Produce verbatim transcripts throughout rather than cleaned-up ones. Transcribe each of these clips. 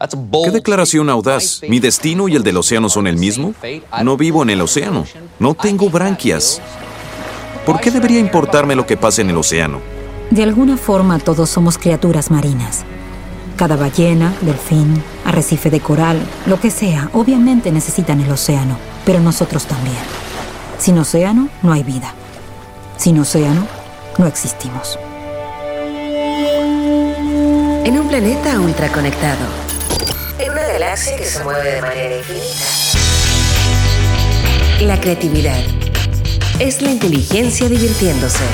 ¡Qué declaración audaz! ¿Mi destino y el del océano son el mismo? No vivo en el océano. No tengo branquias. ¿Por qué debería importarme lo que pasa en el océano? De alguna forma todos somos criaturas marinas. Cada ballena, delfín, arrecife de coral, lo que sea, obviamente necesitan el océano, pero nosotros también. Sin océano, no hay vida. Sin océano, no existimos. En un planeta ultraconectado, en una galaxia que se mueve de manera infinita, la creatividad es la inteligencia divirtiéndose.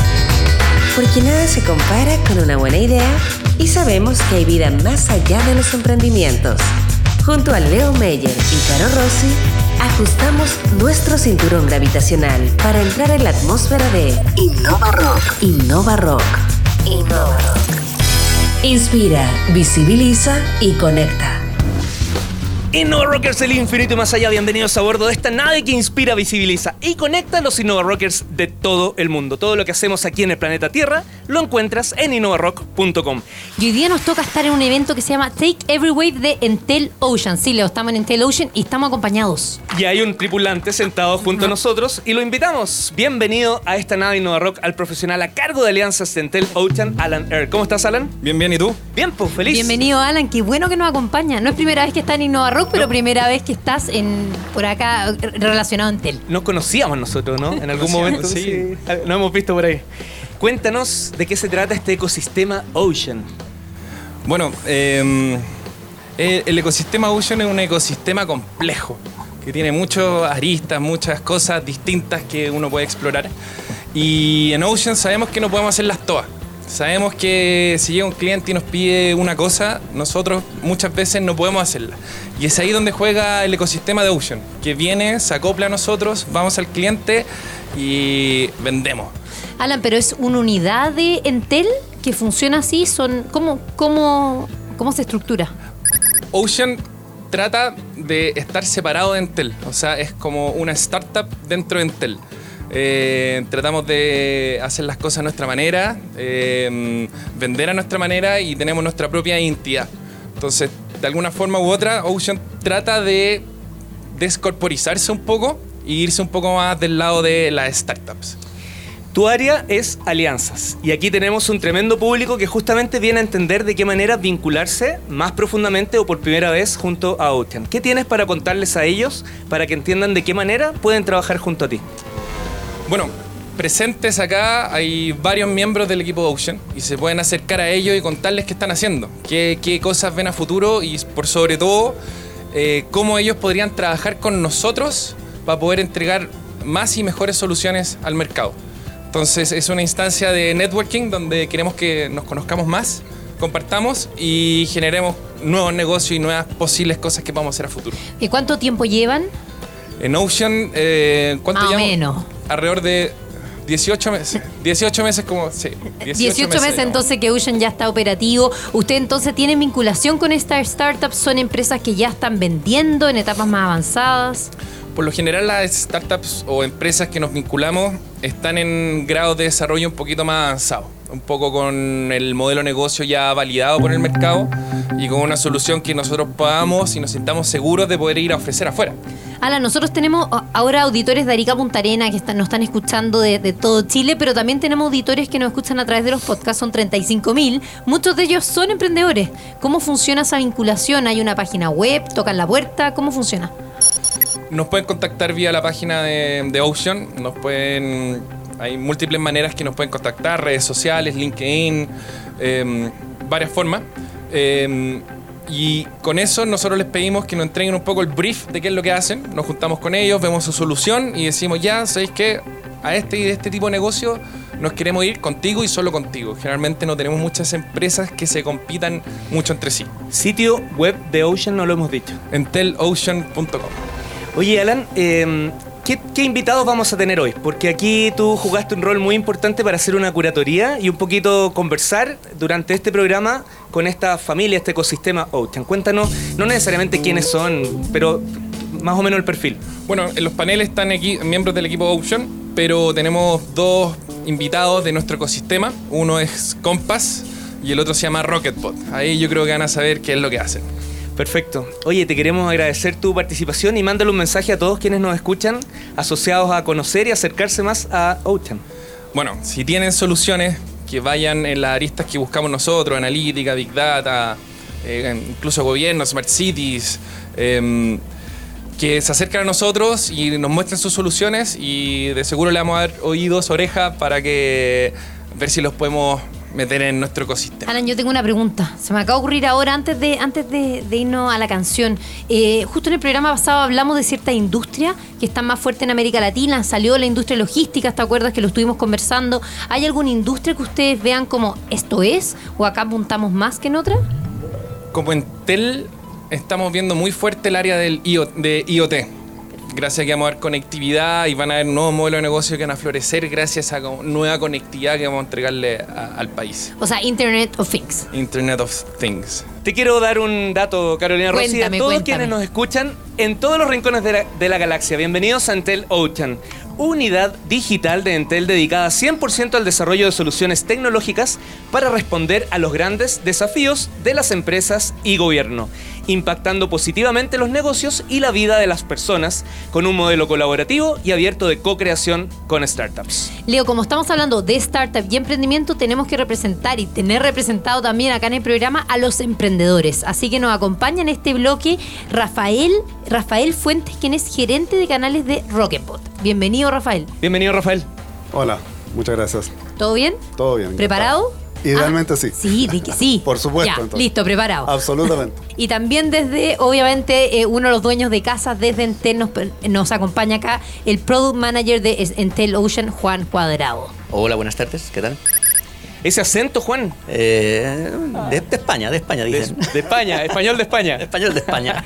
Porque nada se compara con una buena idea y sabemos que hay vida más allá de los emprendimientos. Junto a Leo Meyer y Caro Rossi, ajustamos nuestro cinturón gravitacional para entrar en la atmósfera de Innova Rock. Innova Rock. Innova Rock. Inspira, visibiliza y conecta. Innova Rockers del infinito y más allá, bienvenidos a bordo de esta nave que inspira, visibiliza y conecta a los Innova Rockers de todo el mundo. Todo lo que hacemos aquí en el planeta Tierra lo encuentras en innova rock punto com. Y hoy día nos toca estar en un evento que se llama Take Every Wave de Entel Ocean. Sí, Leo, estamos en Entel Ocean y estamos acompañados. Y hay un tripulante sentado junto a nosotros y lo invitamos. Bienvenido a esta nave Innova Rock, al profesional a cargo de alianzas de Entel Ocean, Alan Air. ¿Cómo estás, Alan? Bien, bien, ¿y tú? Bien, pues feliz. Bienvenido, Alan, qué bueno que nos acompaña. No es primera vez que estás en Innova Rock, pero no. Primera vez que estás en por acá relacionado a Entel. Nos conocíamos nosotros, ¿no? En algún momento, sí. sí. Nos hemos visto por ahí. Cuéntanos de qué se trata este ecosistema Ocean. Bueno, eh, el ecosistema Ocean es un ecosistema complejo que tiene muchas aristas, muchas cosas distintas que uno puede explorar. Y en Ocean sabemos que no podemos hacerlas todas. Sabemos que si llega un cliente y nos pide una cosa, nosotros muchas veces no podemos hacerla. Y es ahí donde juega el ecosistema de Ocean, que viene, se acopla a nosotros, vamos al cliente y vendemos. Alan, pero es una unidad de Entel que funciona así. Son ¿cómo, cómo, cómo se estructura? Ocean trata de estar separado de Entel, o sea, es como una startup dentro de Entel. Eh, tratamos de hacer las cosas a nuestra manera, eh, vender a nuestra manera y tenemos nuestra propia identidad. Entonces, de alguna forma u otra, Ocean trata de descorporizarse un poco e irse un poco más del lado de las startups. Tu área es alianzas y aquí tenemos un tremendo público que justamente viene a entender de qué manera vincularse más profundamente o por primera vez junto a Ocean. ¿Qué tienes para contarles a ellos para que entiendan de qué manera pueden trabajar junto a ti? Bueno, presentes acá hay varios miembros del equipo de Ocean y se pueden acercar a ellos y contarles qué están haciendo, qué, qué cosas ven a futuro y por sobre todo eh, cómo ellos podrían trabajar con nosotros para poder entregar más y mejores soluciones al mercado. Entonces es una instancia de networking donde queremos que nos conozcamos más, compartamos y generemos nuevos negocios y nuevas posibles cosas que vamos a hacer a futuro. ¿Y cuánto tiempo llevan? En Ocean, eh, ¿cuánto Más o llevamos? menos. Alrededor de dieciocho meses. dieciocho meses como, sí. dieciocho, dieciocho meses entonces que Ocean ya está operativo. ¿Usted entonces tiene vinculación con estas startups? ¿Son empresas que ya están vendiendo en etapas más avanzadas? Por lo general las startups o empresas que nos vinculamos están en grados de desarrollo un poquito más avanzados. Un poco con el modelo de negocio ya validado por el mercado y con una solución que nosotros podamos y nos sintamos seguros de poder ir a ofrecer afuera. Alan, nosotros tenemos ahora auditores de Arica Punta Arenas que están, nos están escuchando de, de todo Chile, pero también tenemos auditores que nos escuchan a través de los podcasts, son treinta y cinco mil. Muchos de ellos son emprendedores. ¿Cómo funciona esa vinculación? ¿Hay una página web? ¿Tocan la puerta? ¿Cómo funciona? Nos pueden contactar vía la página de, de Ocean, nos pueden... Hay múltiples maneras que nos pueden contactar, redes sociales, LinkedIn, eh, varias formas. Eh, y con eso nosotros les pedimos que nos entreguen un poco el brief de qué es lo que hacen. Nos juntamos con ellos, vemos su solución y decimos, ya, ¿sabéis qué? A este y de este tipo de negocio nos queremos ir contigo y solo contigo. Generalmente no tenemos muchas empresas que se compitan mucho entre sí. Sitio web de Ocean no lo hemos dicho. entel ocean punto com. Oye, Alan, eh... ¿Qué, ¿Qué invitados vamos a tener hoy? Porque aquí tú jugaste un rol muy importante para hacer una curatoría y un poquito conversar durante este programa con esta familia, este ecosistema Ocean. Cuéntanos, no necesariamente quiénes son, pero más o menos el perfil. Bueno, en los paneles están aquí miembros del equipo Ocean, pero tenemos dos invitados de nuestro ecosistema. Uno es Compass y el otro se llama Rocketbot. Ahí yo creo que van a saber qué es lo que hacen. Perfecto. Oye, te queremos agradecer tu participación y mándale un mensaje a todos quienes nos escuchan, asociados a conocer y acercarse más a Ocean. Bueno, si tienen soluciones, que vayan en las aristas que buscamos nosotros, analítica, big data, eh, incluso gobierno, smart cities, eh, que se acerquen a nosotros y nos muestren sus soluciones y de seguro le vamos a dar oídos, orejas para que ver si los podemos meter en nuestro ecosistema. Alan, yo tengo una pregunta. Se me acaba de ocurrir ahora, antes de, antes de, de irnos a la canción. Eh, justo en el programa pasado hablamos de cierta industria que está más fuerte en América Latina. Salió la industria logística, ¿te acuerdas que lo estuvimos conversando? ¿Hay alguna industria que ustedes vean como esto es? ¿O acá apuntamos más que en otra? Como Entel, estamos viendo muy fuerte el área del I O, de I O T. Gracias a que vamos a dar conectividad y van a haber nuevos modelos de negocio que van a florecer gracias a esa nueva conectividad que vamos a entregarle a, al país. O sea, Internet of Things. Internet of Things. Te quiero dar un dato, Carolina Rossi, Cuéntame, a todos cuéntame. quienes nos escuchan en todos los rincones de la, de la galaxia. Bienvenidos a Entel Ocean, unidad digital de Entel dedicada cien por ciento al desarrollo de soluciones tecnológicas para responder a los grandes desafíos de las empresas y gobierno, impactando positivamente los negocios y la vida de las personas con un modelo colaborativo y abierto de co-creación con startups. Leo, como estamos hablando de startup y emprendimiento, tenemos que representar y tener representado también acá en el programa a los emprendedores. Así que nos acompaña en este bloque Rafael, Rafael Fuentes, quien es gerente de canales de Rocketbot. Bienvenido, Rafael. Bienvenido, Rafael. Hola, muchas gracias. ¿Todo bien? Todo bien. ¿Preparado? Idealmente Ah, sí. Sí, di que sí. Por supuesto, Ya, entonces. listo, preparado. Absolutamente. Y también desde, obviamente, eh, uno de los dueños de casas desde Entel nos, nos acompaña acá el Product Manager de Entel Ocean, Juan Cuadrado. Hola, buenas tardes, ¿qué tal? Ese acento, Juan, Eh, de, de España, de España, de, dicen. de España, español de España. Español de España.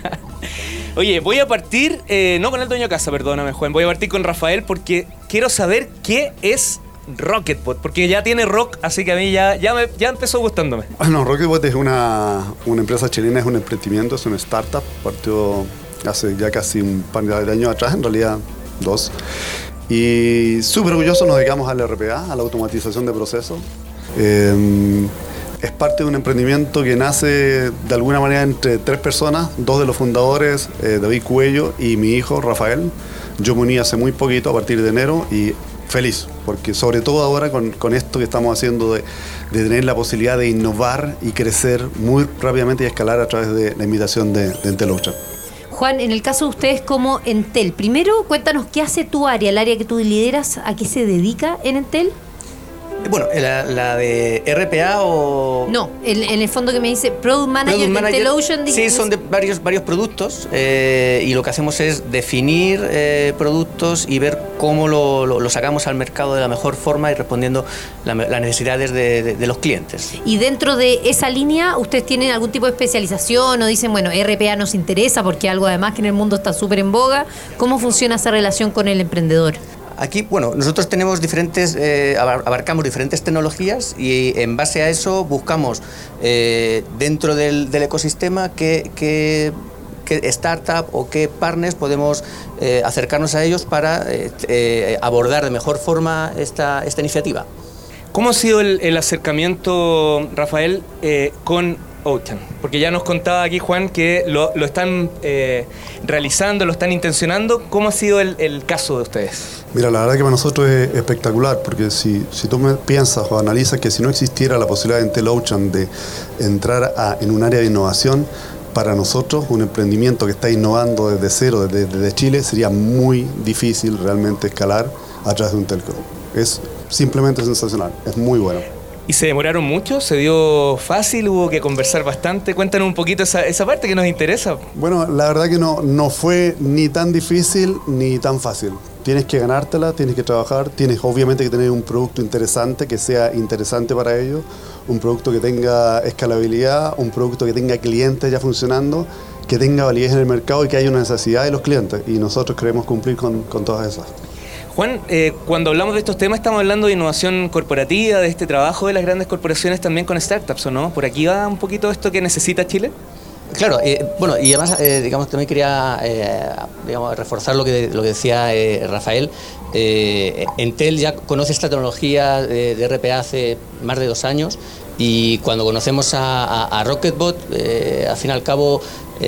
Oye, voy a partir, eh, no con el dueño de casa, perdóname, Juan, voy a partir con Rafael porque quiero saber qué es Rocketbot, porque ya tiene rock, así que a mí ya, ya, me, ya empezó gustándome. Bueno, Rocketbot es una, una empresa chilena, es un emprendimiento, es una startup. Partió hace ya casi un par de años atrás, en realidad dos. Y súper orgullosos nos dedicamos al R P A, a la automatización de procesos. Eh, es parte de un emprendimiento que nace de alguna manera entre tres personas, dos de los fundadores, eh, David Cuello y mi hijo Rafael. Yo me uní hace muy poquito, a partir de enero, y feliz, porque sobre todo ahora con, con esto que estamos haciendo de, de tener la posibilidad de innovar y crecer muy rápidamente y escalar a través de la invitación de, de Entel Ocean. Juan, en el caso de ustedes como Entel, primero cuéntanos qué hace tu área, el área que tú lideras, a qué se dedica en Entel. Bueno, la, la de R P A o... No, en, en el fondo que me dice Product Manager, Product de Manager, Entel Ocean. sí, son de varios, varios productos eh, y lo que hacemos es definir eh, productos y ver cómo lo, lo, lo sacamos al mercado de la mejor forma y respondiendo la, las necesidades de, de, de los clientes. Y dentro de esa línea, ¿ustedes tienen algún tipo de especialización o dicen, bueno, R P A nos interesa porque algo además que en el mundo está súper en boga? ¿Cómo funciona esa relación con el emprendedor? Aquí, bueno, nosotros tenemos diferentes, eh, abarcamos diferentes tecnologías y en base a eso buscamos eh, dentro del, del ecosistema qué, qué, qué startup o qué partners podemos eh, acercarnos a ellos para eh, eh, abordar de mejor forma esta, esta iniciativa. ¿Cómo ha sido el, el acercamiento, Rafael, eh, con Ocean? Porque ya nos contaba aquí Juan que lo, lo están eh, realizando, lo están intencionando. ¿Cómo ha sido el, el caso de ustedes? Mira, la verdad que para nosotros es espectacular, porque si, si tú me piensas o analizas que si no existiera la posibilidad de Entel Ocean de entrar a, en un área de innovación, para nosotros un emprendimiento que está innovando desde cero, desde, desde Chile, sería muy difícil realmente escalar a través de un telco. Es simplemente sensacional, es muy bueno. ¿Y se demoraron mucho? ¿Se dio fácil? ¿Hubo que conversar bastante? Cuéntanos un poquito esa, esa parte que nos interesa. Bueno, la verdad que no, no fue ni tan difícil ni tan fácil. Tienes que ganártela, tienes que trabajar, tienes obviamente que tener un producto interesante, que sea interesante para ellos, un producto que tenga escalabilidad, un producto que tenga clientes ya funcionando, que tenga validez en el mercado y que haya una necesidad de los clientes. Y nosotros queremos cumplir con, con todas esas. Juan, eh, cuando hablamos de estos temas estamos hablando de innovación corporativa, de este trabajo de las grandes corporaciones también con startups, ¿o no? ¿Por aquí va un poquito esto que necesita Chile? Claro, eh, bueno, y además, eh, digamos, también quería eh, digamos, reforzar lo que, lo que decía eh, Rafael. Eh, Entel ya conoce esta tecnología de, de R P A hace más de dos años Y cuando conocemos a, a, a Rocketbot, eh, al fin y al cabo...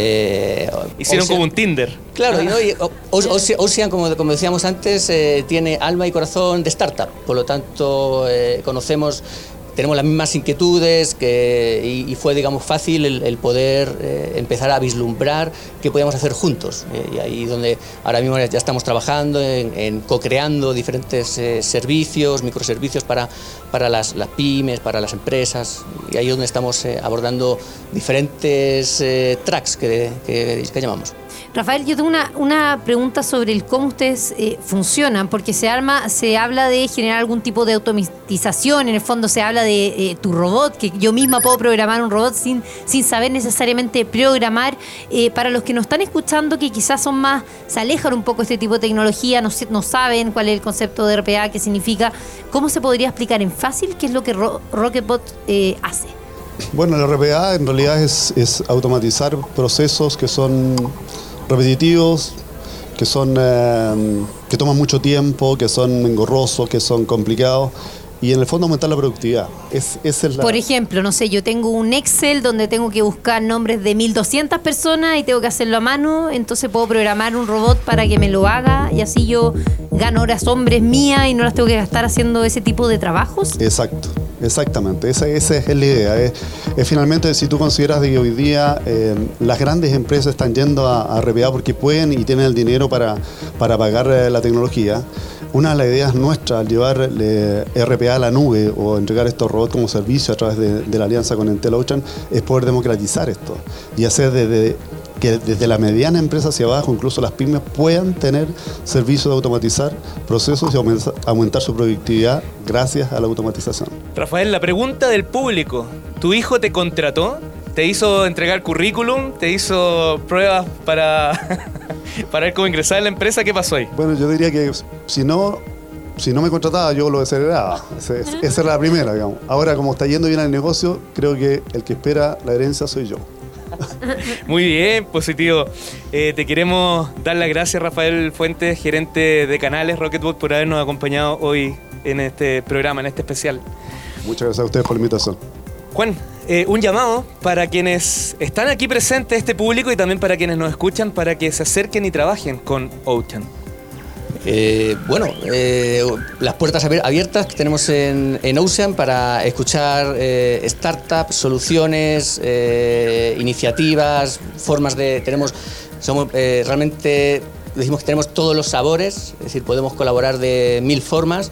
Eh, Hicieron Ocean, como un Tinder. Claro, y, ¿no? y Ocean, como, como decíamos antes, eh, tiene alma y corazón de startup. Por lo tanto, eh, conocemos... Tenemos las mismas inquietudes que, y, y fue, digamos, fácil el, el poder eh, empezar a vislumbrar qué podíamos hacer juntos. Eh, y ahí donde ahora mismo ya estamos trabajando en, en co-creando diferentes eh, servicios, microservicios para, para las, las pymes, para las empresas. Y ahí es donde estamos eh, abordando diferentes eh, tracks que, que, que llamamos. Rafael, yo tengo una, una pregunta sobre el cómo ustedes eh, funcionan, porque se arma, se habla de generar algún tipo de automatización, en el fondo se habla de eh, tu robot, que yo misma puedo programar un robot sin, sin saber necesariamente programar. Eh, para los que nos están escuchando, que quizás son más, se alejan un poco de este tipo de tecnología, no, no saben cuál es el concepto de R P A, qué significa, ¿cómo se podría explicar en fácil qué es lo que Ro- Rocketbot eh, hace? Bueno, el R P A en realidad es, es automatizar procesos que son repetitivos, que son eh, que toman mucho tiempo, que son engorrosos, que son complicados, y en el fondo aumentar la productividad. Es, esa es la... Por ejemplo, no sé, yo tengo un Excel donde tengo que buscar nombres de mil doscientas personas y tengo que hacerlo a mano, entonces puedo programar un robot para que me lo haga y así yo gano horas hombres mías y no las tengo que gastar haciendo ese tipo de trabajos. Exacto, exactamente, esa, esa es la idea. Es, es finalmente, si tú consideras de que hoy día eh, las grandes empresas están yendo a, a R P A porque pueden y tienen el dinero para, para pagar eh, la tecnología, una de las ideas nuestras al llevar eh, R P A a la nube o entregar estos robots como servicio a través de, de la alianza con Intel Ocean es poder democratizar esto y hacer desde, que desde la mediana empresa hacia abajo, incluso las pymes, puedan tener servicios de automatizar procesos y aumentar, aumentar su productividad gracias a la automatización. Rafael, la pregunta del público. ¿Tu hijo te contrató? ¿Te hizo entregar currículum? ¿Te hizo pruebas para, para ver cómo ingresar en la empresa? ¿Qué pasó ahí? Bueno, yo diría que si no, si no me contrataba, yo lo desheredaba. Esa, esa era la primera, digamos. Ahora, como está yendo bien el negocio, creo que el que espera la herencia soy yo. Muy bien, positivo. Eh, te queremos dar las gracias, Rafael Fuentes, gerente de Canales Rocketbot, por habernos acompañado hoy en este programa, en este especial. Muchas gracias a ustedes por la invitación. Juan, eh, un llamado para quienes están aquí presentes, este público, y también para quienes nos escuchan, para que se acerquen y trabajen con Ocean. Eh, bueno, eh, las puertas abiertas que tenemos en, en Ocean para escuchar eh, startups, soluciones, eh, iniciativas, formas de... Tenemos, somos eh, realmente, decimos que tenemos todos los sabores, es decir, podemos colaborar de mil formas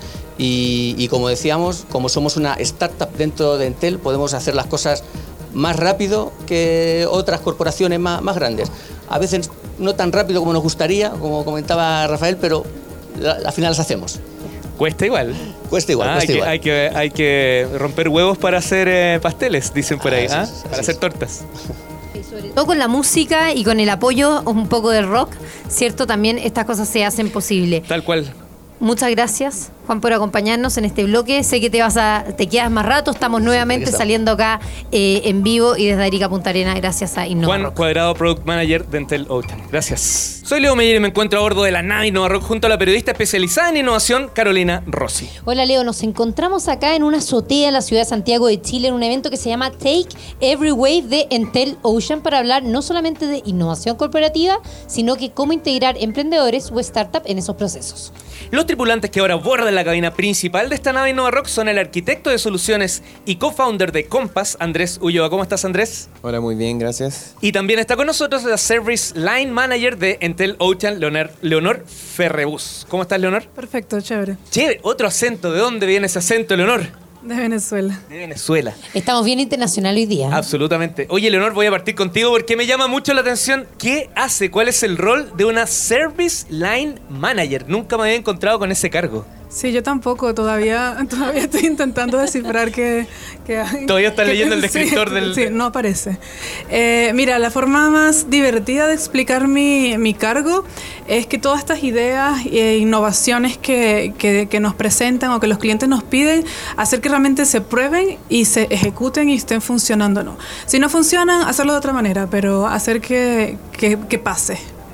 y, y como decíamos, como somos una startup dentro de Entel, podemos hacer las cosas más rápido que otras corporaciones más, más grandes. A veces no tan rápido como nos gustaría, como comentaba Rafael, pero al final las hacemos. Cuesta igual. Cuesta igual, ah, cuesta hay, igual. Que, hay, que, hay que romper huevos para hacer eh, pasteles, dicen por ahí, ah, ¿ah? sí, sí, para sí, hacer sí. tortas. Sobre todo con la música y con el apoyo un poco del rock, ¿cierto? También estas cosas se hacen posible. Tal cual. Muchas gracias, Juan, por acompañarnos en este bloque. Sé que te vas a, te quedas más rato. Estamos nuevamente estamos. saliendo acá eh, en vivo y desde Arica Punta Arenas, gracias a Innova Juan Rock. Cuadrado, Product Manager de Entel Ocean. Gracias. Soy Leo Meyer y me encuentro a bordo de la nave Innova Rock junto a la periodista especializada en innovación, Carolina Rossi. Hola Leo, nos encontramos acá en una azotea en la ciudad de Santiago de Chile en un evento que se llama Take Every Wave de Entel Ocean para hablar no solamente de innovación corporativa, sino que cómo integrar emprendedores o startups en esos procesos. Los tripulantes que ahora bordan la cabina principal de esta nave Innova Rock son el arquitecto de soluciones y co-founder de Compass, Andrés Ulloa. ¿Cómo estás, Andrés? Hola, muy bien, gracias. Y también está con nosotros la Service Line Manager de Entel Ocean, Leonor, Leonor Ferrebus. ¿Cómo estás, Leonor? Perfecto, chévere. Chévere, otro acento. ¿De dónde viene ese acento, Leonor? De Venezuela. De Venezuela. Estamos bien internacional hoy día. Absolutamente. Oye, Leonor, voy a partir contigo porque me llama mucho la atención. ¿Qué hace? ¿Cuál es el rol de una Service Line Manager? Nunca me había encontrado con ese cargo. Sí, yo tampoco, todavía, todavía estoy intentando descifrar qué... qué Todavía estás qué- leyendo el descriptor sí, del... Sí, no aparece. Eh, mira, la forma más divertida de explicar mi, mi cargo es que todas estas ideas e innovaciones que, que, que nos presentan o que los clientes nos piden, hacer que realmente se prueben y se ejecuten y estén funcionando o no. Si no funcionan, hacerlo de otra manera, pero hacer que, que, que pase.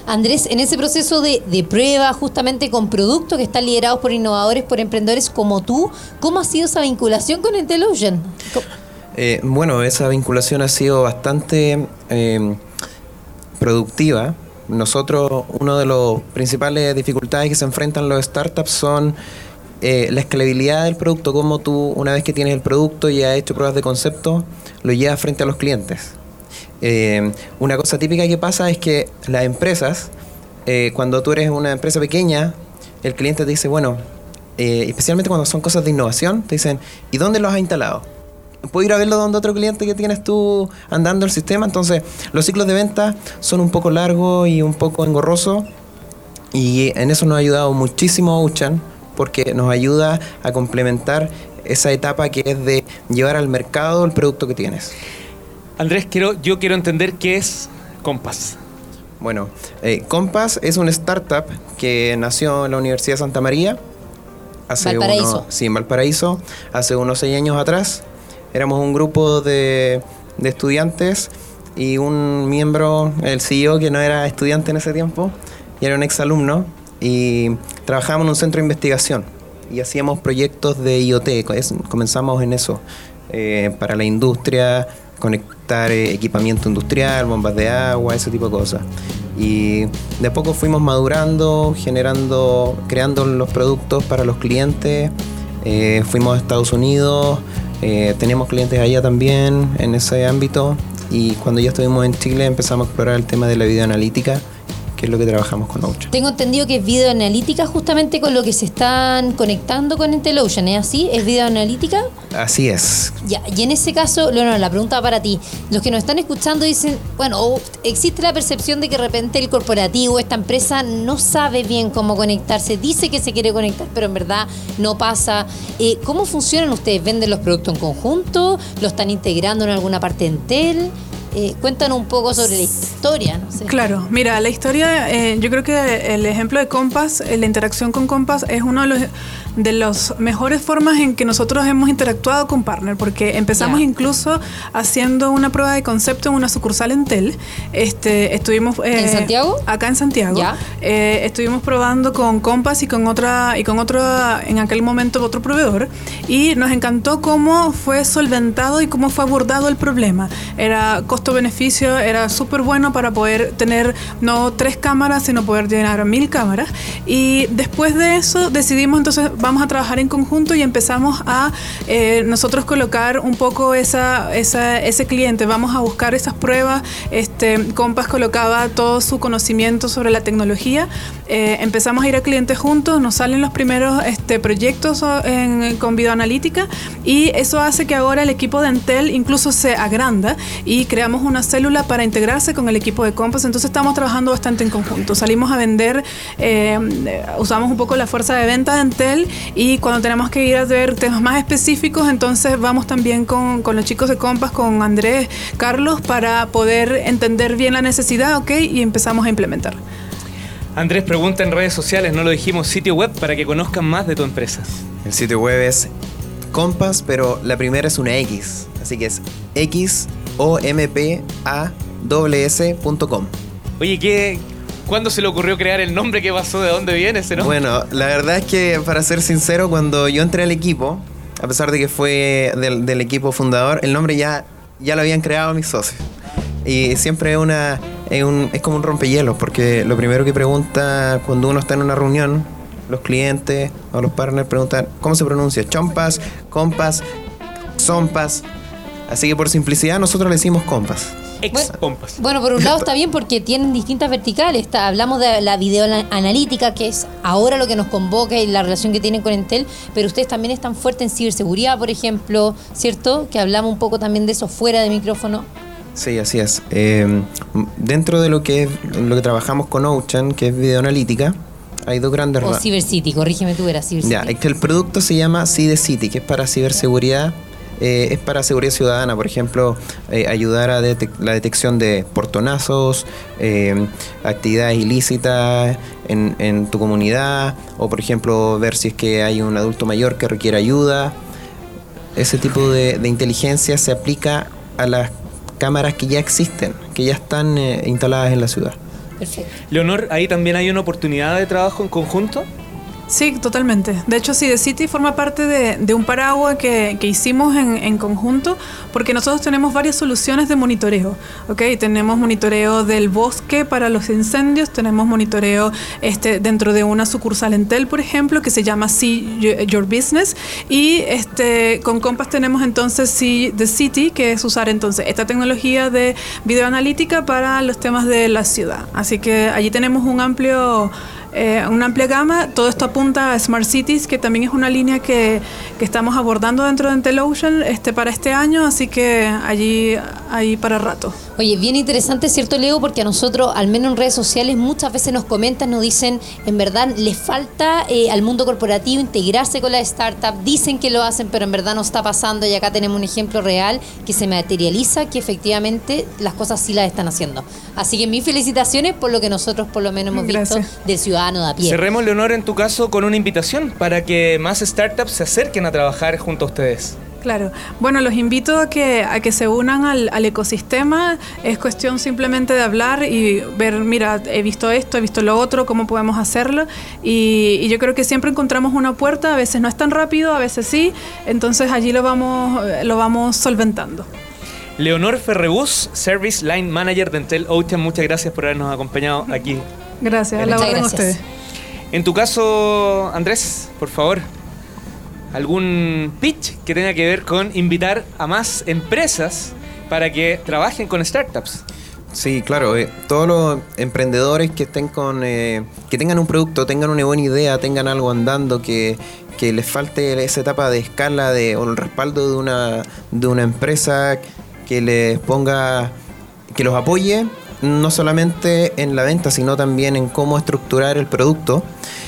Andrés, en ese proceso de, de prueba justamente con productos que están liderados por innovadores, por emprendedores como tú, ¿cómo ha sido esa vinculación con Entel Ocean? Eh, bueno, esa vinculación ha sido bastante eh, productiva. Nosotros, una de las principales dificultades que se enfrentan los startups son eh, la escalabilidad del producto, cómo tú, una vez que tienes el producto y has hecho pruebas de concepto, lo llevas frente a los clientes. Eh, una cosa típica que pasa es que las empresas, eh, cuando tú eres una empresa pequeña, el cliente te dice, bueno, eh, especialmente cuando son cosas de innovación, te dicen, ¿y dónde los has instalado? ¿Puedo ir a verlo donde otro cliente que tienes tú andando el sistema? Entonces, los ciclos de venta son un poco largos y un poco engorrosos, y en eso nos ha ayudado muchísimo Ocean, porque nos ayuda a complementar esa etapa que es de llevar al mercado el producto que tienes. Andrés, quiero, yo quiero entender qué es Compass. Bueno, eh, Compass es una startup que nació en la Universidad de Santa María. Hace Valparaíso. Uno, sí, en Valparaíso, hace unos seis años atrás. Éramos un grupo de, de estudiantes y un miembro, el C E O, que no era estudiante en ese tiempo, y era un exalumno, y trabajábamos en un centro de investigación y hacíamos proyectos de I O T. Comenzamos en eso, eh, para la industria, conectar eh, equipamiento industrial, bombas de agua, ese tipo de cosas. Y de a poco fuimos madurando, generando, creando los productos para los clientes. Eh, fuimos a Estados Unidos, eh, teníamos clientes allá también en ese ámbito, y cuando ya estuvimos en Chile empezamos a explorar el tema de la videoanalítica, que es lo que trabajamos con Ocean. Tengo entendido que es videoanalítica justamente con lo que se están conectando con Entel Ocean, ¿es así? ¿Es videoanalítica? Así es. Ya, y en ese caso, Leonor, la pregunta va para ti. Los que nos están escuchando dicen, bueno, existe la percepción de que de repente el corporativo, esta empresa, no sabe bien cómo conectarse, dice que se quiere conectar, pero en verdad no pasa. Eh, ¿Cómo funcionan ustedes? ¿Venden los productos en conjunto? ¿Lo están integrando en alguna parte de Entel? Eh, cuéntanos un poco sobre la historia, no sé. Claro, mira, la historia, eh, yo creo que el ejemplo de Compass, eh, la interacción con Compass es uno de los de las mejores formas en que nosotros hemos interactuado con Partner, porque empezamos Ya. incluso haciendo una prueba de concepto en una sucursal Entel. Este, estuvimos eh, ¿En Santiago? Acá en Santiago. Ya. Eh, estuvimos probando con Compass y con otra y con otro, en aquel momento otro proveedor, y nos encantó cómo fue solventado y cómo fue abordado el problema. Era costo-beneficio, era súper bueno para poder tener no tres cámaras, sino poder llenar mil cámaras. Y después de eso decidimos entonces vamos a trabajar en conjunto y empezamos a eh, nosotros colocar un poco esa, esa, ese cliente, vamos a buscar esas pruebas. Este, Compass colocaba todo su conocimiento sobre la tecnología, eh, empezamos a ir a clientes juntos, nos salen los primeros este, proyectos en, con videoanalítica, y eso hace que ahora el equipo de Entel incluso se agranda y creamos una célula para integrarse con el equipo de Compass. Entonces estamos trabajando bastante en conjunto, salimos a vender, eh, usamos un poco la fuerza de venta de Entel, y cuando tenemos que ir a ver temas más específicos, entonces vamos también con, con los chicos de Compass, con Andrés, Carlos, para poder entender bien la necesidad, ¿ok? Y empezamos a implementar. Andrés pregunta en redes sociales, no lo dijimos, sitio web para que conozcan más de tu empresa. El sitio web es Compass, pero la primera es una X, así que es x o m p a s s punto com. Oye, ¿qué, ¿cuándo se le ocurrió crear el nombre? ¿Qué pasó? ¿De dónde viene ese nombre? Bueno, la verdad es que, para ser sincero, cuando yo entré al equipo, a pesar de que fue del, del equipo fundador, el nombre ya, ya lo habían creado mis socios. Y siempre es, una, es, un, es como un rompehielos, porque lo primero que pregunta cuando uno está en una reunión, los clientes o los partners preguntan, ¿cómo se pronuncia? Chompas, Compass, Zompas. Así que por simplicidad nosotros le decimos Compass. Ex Compass. Bueno, por un lado está bien porque tienen distintas verticales. Está, hablamos de la videoanalítica, que es ahora lo que nos convoca y la relación que tienen con Entel, pero ustedes también están fuertes en ciberseguridad, por ejemplo, ¿cierto? Que hablamos un poco también de eso fuera de micrófono. Sí, así es. Eh, dentro de lo que es lo que trabajamos con Ocean, que es videoanalítica, hay dos grandes O ramas. CyberCity, corrígeme tú, era CyberCity. Ya, es que el producto se llama CyberCity, que es para ciberseguridad. Eh, es para seguridad ciudadana, por ejemplo, eh, ayudar a detec- la detección de portonazos, eh, actividades ilícitas en, en tu comunidad, o por ejemplo ver si es que hay un adulto mayor que requiere ayuda. Ese tipo de, de inteligencia se aplica a las cámaras que ya existen, que ya están eh, instaladas en la ciudad. Perfecto. Leonor, ¿ahí también hay una oportunidad de trabajo en conjunto? Sí, totalmente. De hecho, sí, The City forma parte de, de un paraguas que, que hicimos en, en conjunto, porque nosotros tenemos varias soluciones de monitoreo, ¿ok? Tenemos monitoreo del bosque para los incendios, tenemos monitoreo este, dentro de una sucursal Entel, por ejemplo, que se llama See Your Business, y este, con Compass tenemos entonces See The City, que es usar entonces esta tecnología de videoanalítica para los temas de la ciudad. Así que allí tenemos un amplio... Eh, una amplia gama. Todo esto apunta a Smart Cities, que también es una línea que, que estamos abordando dentro de Entel Ocean este, para este año, así que allí hay para rato. Oye, bien interesante, ¿cierto, Leo? Porque a nosotros, al menos en redes sociales, muchas veces nos comentan, nos dicen, en verdad, les falta eh, al mundo corporativo integrarse con la startup, dicen que lo hacen, pero en verdad no está pasando, y acá tenemos un ejemplo real que se materializa, que efectivamente las cosas sí las están haciendo. Así que mis felicitaciones por lo que nosotros por lo menos hemos Gracias. visto del ciudadano de a pie. Cerremos, Leonor, en tu caso, con una invitación para que más startups se acerquen a trabajar junto a ustedes. Claro. Bueno, los invito a que, a que se unan al, al ecosistema. Es cuestión simplemente de hablar y ver, mira, he visto esto, he visto lo otro, cómo podemos hacerlo. Y, y yo creo que siempre encontramos una puerta, a veces no es tan rápido, a veces sí. Entonces allí lo vamos, lo vamos solventando. Leonor Ferrebus, Service Line Manager de Entel Ocean, muchas gracias por habernos acompañado aquí. Gracias, a la orden a ustedes. En tu caso, Andrés, por favor, ¿algún pitch que tenga que ver con invitar a más empresas para que trabajen con startups? Sí, claro. Eh, todos los emprendedores que estén con, eh, que tengan un producto, tengan una buena idea, tengan algo andando, que, que les falte esa etapa de escala de, o el respaldo de una, de una empresa que les ponga, que los apoye, no solamente en la venta, sino también en cómo estructurar el producto,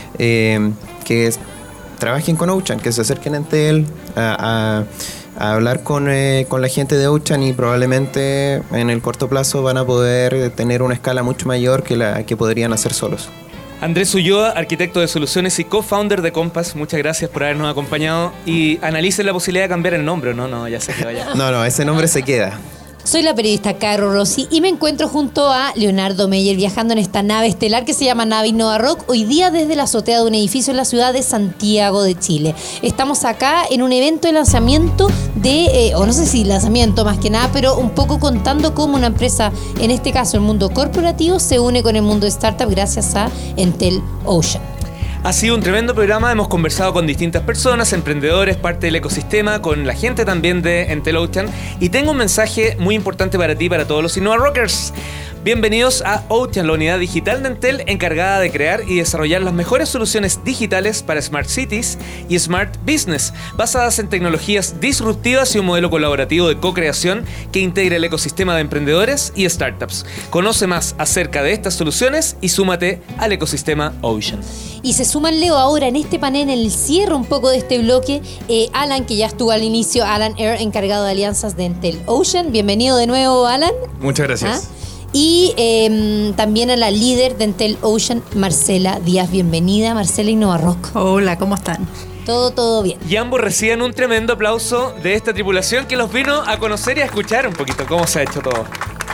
eh, que es, trabajen con Ocean, que se acerquen a Entel a, a, a hablar con, eh, con la gente de Ocean, y probablemente en el corto plazo van a poder tener una escala mucho mayor que la que podrían hacer solos. Andrés Ulloa, arquitecto de soluciones y co-founder de Compass, muchas gracias por habernos acompañado, y analicen la posibilidad de cambiar el nombre, ¿no? No, ya se quedó ya. No, no, ese nombre se queda. Soy la periodista Caro Rossi y me encuentro junto a Leonardo Meyer viajando en esta nave estelar que se llama Nave Innova Rock, hoy día desde la azotea de un edificio en la ciudad de Santiago de Chile. Estamos acá en un evento de lanzamiento de, eh, o no sé si lanzamiento más que nada, pero un poco contando cómo una empresa, en este caso el mundo corporativo, se une con el mundo de startup gracias a Entel Ocean. Ha sido un tremendo programa, hemos conversado con distintas personas, emprendedores, parte del ecosistema, con la gente también de Entel Ocean, y tengo un mensaje muy importante para ti, para todos los Innova Rockers. Bienvenidos a Ocean, la unidad digital de Entel encargada de crear y desarrollar las mejores soluciones digitales para Smart Cities y Smart Business, basadas en tecnologías disruptivas y un modelo colaborativo de co-creación que integra el ecosistema de emprendedores y startups. Conoce más acerca de estas soluciones y súmate al ecosistema Ocean. Y se suman, Leo, ahora en este panel, en el cierre un poco de este bloque, eh, Alan, que ya estuvo al inicio, Alan Air, encargado de alianzas de Entel Ocean. Bienvenido de nuevo, Alan. Muchas gracias. ¿Ah? Y eh, también a la líder de Entel Ocean, Marcela Díaz. Bienvenida, Marcela Innova Rock. Hola, ¿cómo están? Todo, todo bien. Y ambos reciben un tremendo aplauso de esta tripulación que los vino a conocer y a escuchar un poquito cómo se ha hecho todo.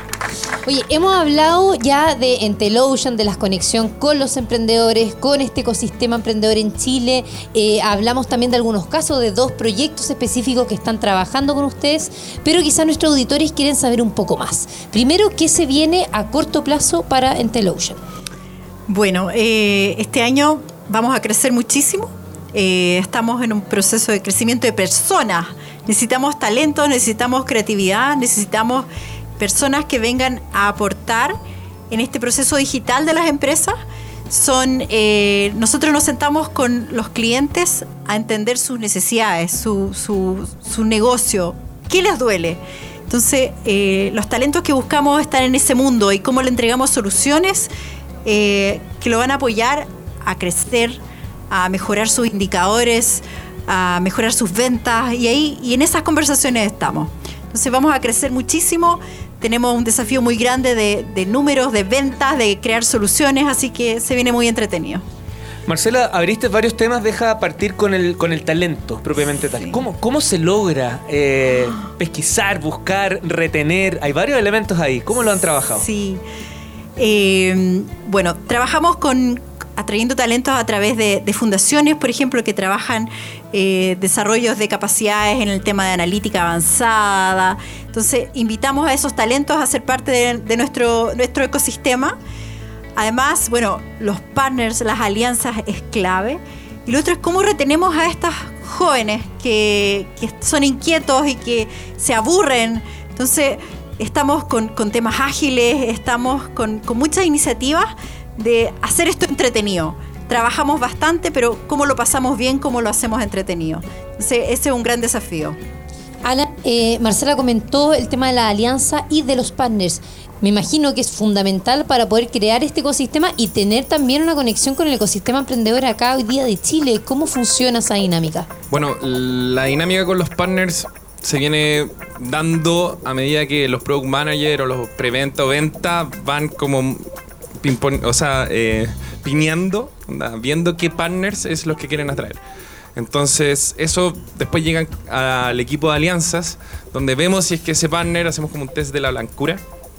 Oye, hemos hablado ya de Entel Ocean, de la conexión con los emprendedores, con este ecosistema emprendedor en Chile. Eh, hablamos también de algunos casos, de dos proyectos específicos que están trabajando con ustedes, pero quizá nuestros auditores quieren saber un poco más. Primero, ¿qué se viene a corto plazo para Entel Ocean? Bueno, eh, este año vamos a crecer muchísimo. Eh, estamos en un proceso de crecimiento de personas. Necesitamos talento, necesitamos creatividad, necesitamos personas que vengan a aportar en este proceso digital de las empresas. Son, eh, nosotros nos sentamos con los clientes a entender sus necesidades, su, su, su negocio, qué les duele. Entonces, eh, los talentos que buscamos están en ese mundo y cómo le entregamos soluciones eh, que lo van a apoyar a crecer, a mejorar sus indicadores, a mejorar sus ventas, y ahí y en esas conversaciones estamos. Entonces vamos a crecer muchísimo, tenemos un desafío muy grande de, de números, de ventas, de crear soluciones, así que se viene muy entretenido. Marcela, abriste varios temas, deja partir con el, con el talento propiamente tal. Sí. ¿Cómo, ¿Cómo se logra eh, pesquisar, buscar, retener? Hay varios elementos ahí, ¿cómo lo han trabajado? Sí, Eh, bueno, trabajamos con atrayendo talentos a través de, de fundaciones, por ejemplo, que trabajan eh, desarrollos de capacidades en el tema de analítica avanzada. Entonces, invitamos a esos talentos a ser parte de, de nuestro, nuestro ecosistema. Además, bueno, los partners, las alianzas es clave. Y lo otro es cómo retenemos a estas jóvenes que, que son inquietos y que se aburren. Entonces, estamos con, con temas ágiles, estamos con, con muchas iniciativas de hacer esto entretenido. Trabajamos bastante, pero cómo lo pasamos bien, cómo lo hacemos entretenido. Entonces, ese es un gran desafío. Alan, eh, Marcela comentó el tema de la alianza y de los partners. Me imagino que es fundamental para poder crear este ecosistema y tener también una conexión con el ecosistema emprendedor acá hoy día de Chile. ¿Cómo funciona esa dinámica? Bueno, la dinámica con los partners se viene dando a medida que los product managers o los preventa o venta van como ping-pong, o sea, eh, pineando, viendo qué partners es los que quieren atraer. Entonces, eso después llegan al equipo de alianzas, donde vemos si es que ese partner, hacemos como un test de la blancura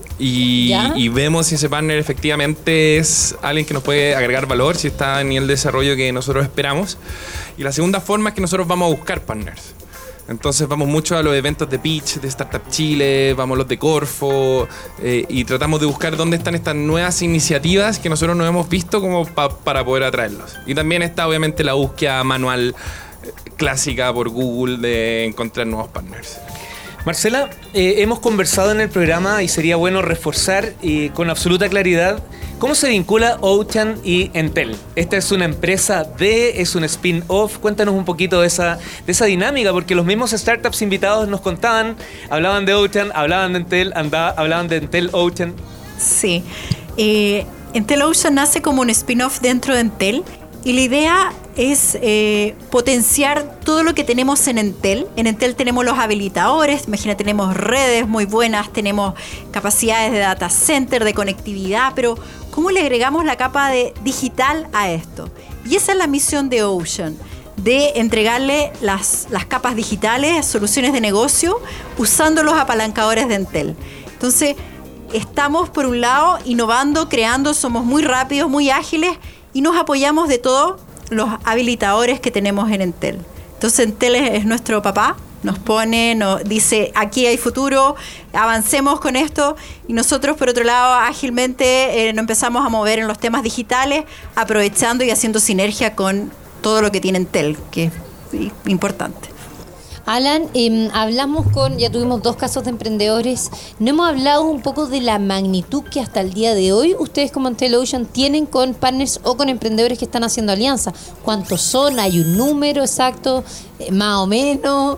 y, y vemos si ese partner efectivamente es alguien que nos puede agregar valor, si está en el desarrollo que nosotros esperamos. Y la segunda forma es que nosotros vamos a buscar partners. Entonces vamos mucho a los eventos de pitch de Startup Chile, vamos a los de Corfo eh, y tratamos de buscar dónde están estas nuevas iniciativas que nosotros no hemos visto como pa, para poder atraerlos. Y también está obviamente la búsqueda manual eh, clásica por Google de encontrar nuevos partners. Marcela, eh, hemos conversado en el programa y sería bueno reforzar eh, con absoluta claridad cómo se vincula Ocean y Entel. Esta es una empresa de, es un spin-off. Cuéntanos un poquito de esa, de esa dinámica, porque los mismos startups invitados nos contaban, hablaban de Ocean, hablaban de Entel, andaba, hablaban de Entel Ocean. Sí, eh, Entel Ocean nace como un spin-off dentro de Entel. Y la idea es eh, potenciar todo lo que tenemos en Entel. En Entel tenemos los habilitadores, imagina, tenemos redes muy buenas, tenemos capacidades de data center, de conectividad, pero ¿cómo le agregamos la capa de digital a esto? Y esa es la misión de Ocean, de entregarle las, las capas digitales, soluciones de negocio, usando los apalancadores de Entel. Entonces, estamos por un lado innovando, creando, somos muy rápidos, muy ágiles, y nos apoyamos de todos los habilitadores que tenemos en Entel. Entonces Entel es, es nuestro papá, nos pone, nos dice, aquí hay futuro, avancemos con esto, y nosotros por otro lado ágilmente eh, nos empezamos a mover en los temas digitales, aprovechando y haciendo sinergia con todo lo que tiene Entel, que es importante. Alan, eh, hablamos con, ya tuvimos dos casos de emprendedores, no hemos hablado un poco de la magnitud que hasta el día de hoy ustedes como Entel Ocean tienen con partners o con emprendedores que están haciendo alianza. ¿Cuántos son? ¿Hay un número exacto? Eh, ¿Más o menos?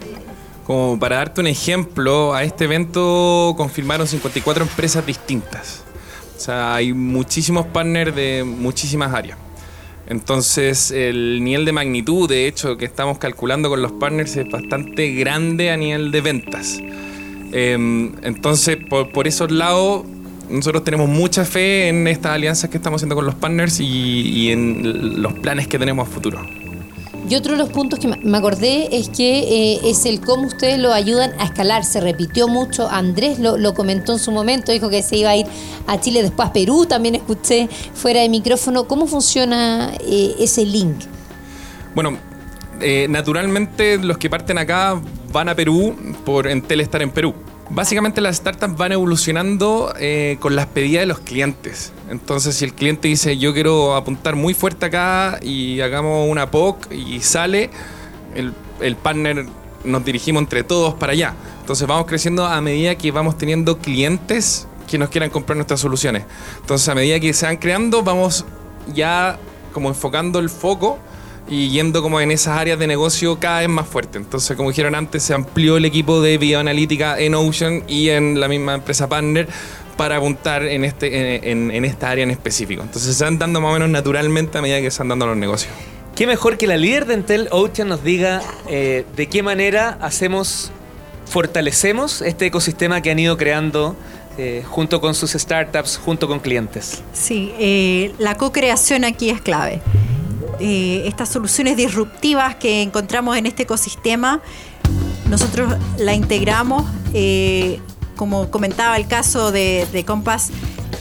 Como para darte un ejemplo, a este evento confirmaron cincuenta y cuatro empresas distintas. O sea, hay muchísimos partners de muchísimas áreas. Entonces, el nivel de magnitud, de hecho, que estamos calculando con los partners es bastante grande a nivel de ventas. Eh, entonces, por, por esos lados, nosotros tenemos mucha fe en estas alianzas que estamos haciendo con los partners y, y en los planes que tenemos a futuro. Y otro de los puntos que me acordé es que eh, es el cómo ustedes lo ayudan a escalar. Se repitió mucho, Andrés lo, lo comentó en su momento, dijo que se iba a ir a Chile, después a Perú, también escuché fuera de micrófono. ¿Cómo funciona eh, ese link? Bueno, eh, naturalmente los que parten acá van a Perú por Entel estar en Perú. Básicamente las startups van evolucionando eh, con las pedidas de los clientes. Entonces, si el cliente dice yo quiero apuntar muy fuerte acá y hagamos una P O C y sale, el, el partner nos dirigimos entre todos para allá. Entonces vamos creciendo a medida que vamos teniendo clientes que nos quieran comprar nuestras soluciones. Entonces a medida que se van creando vamos ya como enfocando el foco y yendo como en esas áreas de negocio cada vez más fuerte. Entonces, como dijeron antes, se amplió el equipo de videoanalítica en Ocean y en la misma empresa partner para apuntar en, este, en, en esta área en específico. Entonces, se van dando más o menos naturalmente a medida que se van dando los negocios. Qué mejor que la líder de Entel Ocean nos diga eh, de qué manera hacemos, fortalecemos este ecosistema que han ido creando eh, junto con sus startups, junto con clientes. Sí, eh, la co-creación aquí es clave. Eh, estas soluciones disruptivas que encontramos en este ecosistema, nosotros la integramos, eh, como comentaba el caso de, de Compass,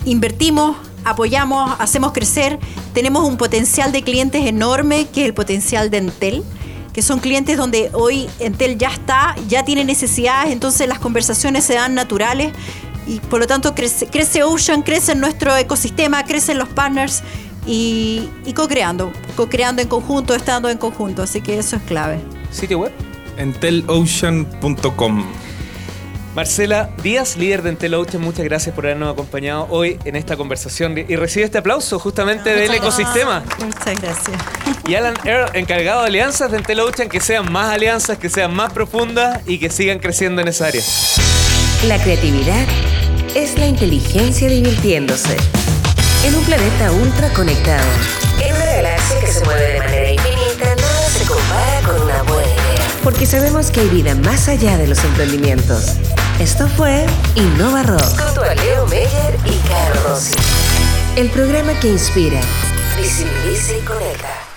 invertimos, apoyamos, hacemos crecer. Tenemos un potencial de clientes enorme, que es el potencial de Entel, que son clientes donde hoy Entel ya está, ya tiene necesidades, entonces las conversaciones se dan naturales y por lo tanto crece, crece Ocean, crece nuestro ecosistema, crecen los partners y, y co-creando, co-creando en conjunto, estando en conjunto, así que eso es clave. ¿Sitio web? entel ocean punto com. Marcela Díaz, líder de Entel Ocean, muchas gracias por habernos acompañado hoy en esta conversación y recibe este aplauso justamente No, del muchas ecosistema. gracias. Muchas gracias. Y Alan Earl, encargado de alianzas de Entel Ocean, que sean más alianzas, que sean más profundas y que sigan creciendo en esa área. La creatividad es la inteligencia divirtiéndose. En un planeta ultra conectado, en una galaxia que se mueve de manera infinita, nada se compara con una buena idea. Porque sabemos que hay vida más allá de los emprendimientos. Esto fue Innova Rock, junto a Leo Meyer y Caro Rossi. El programa que inspira, visibiliza y conecta.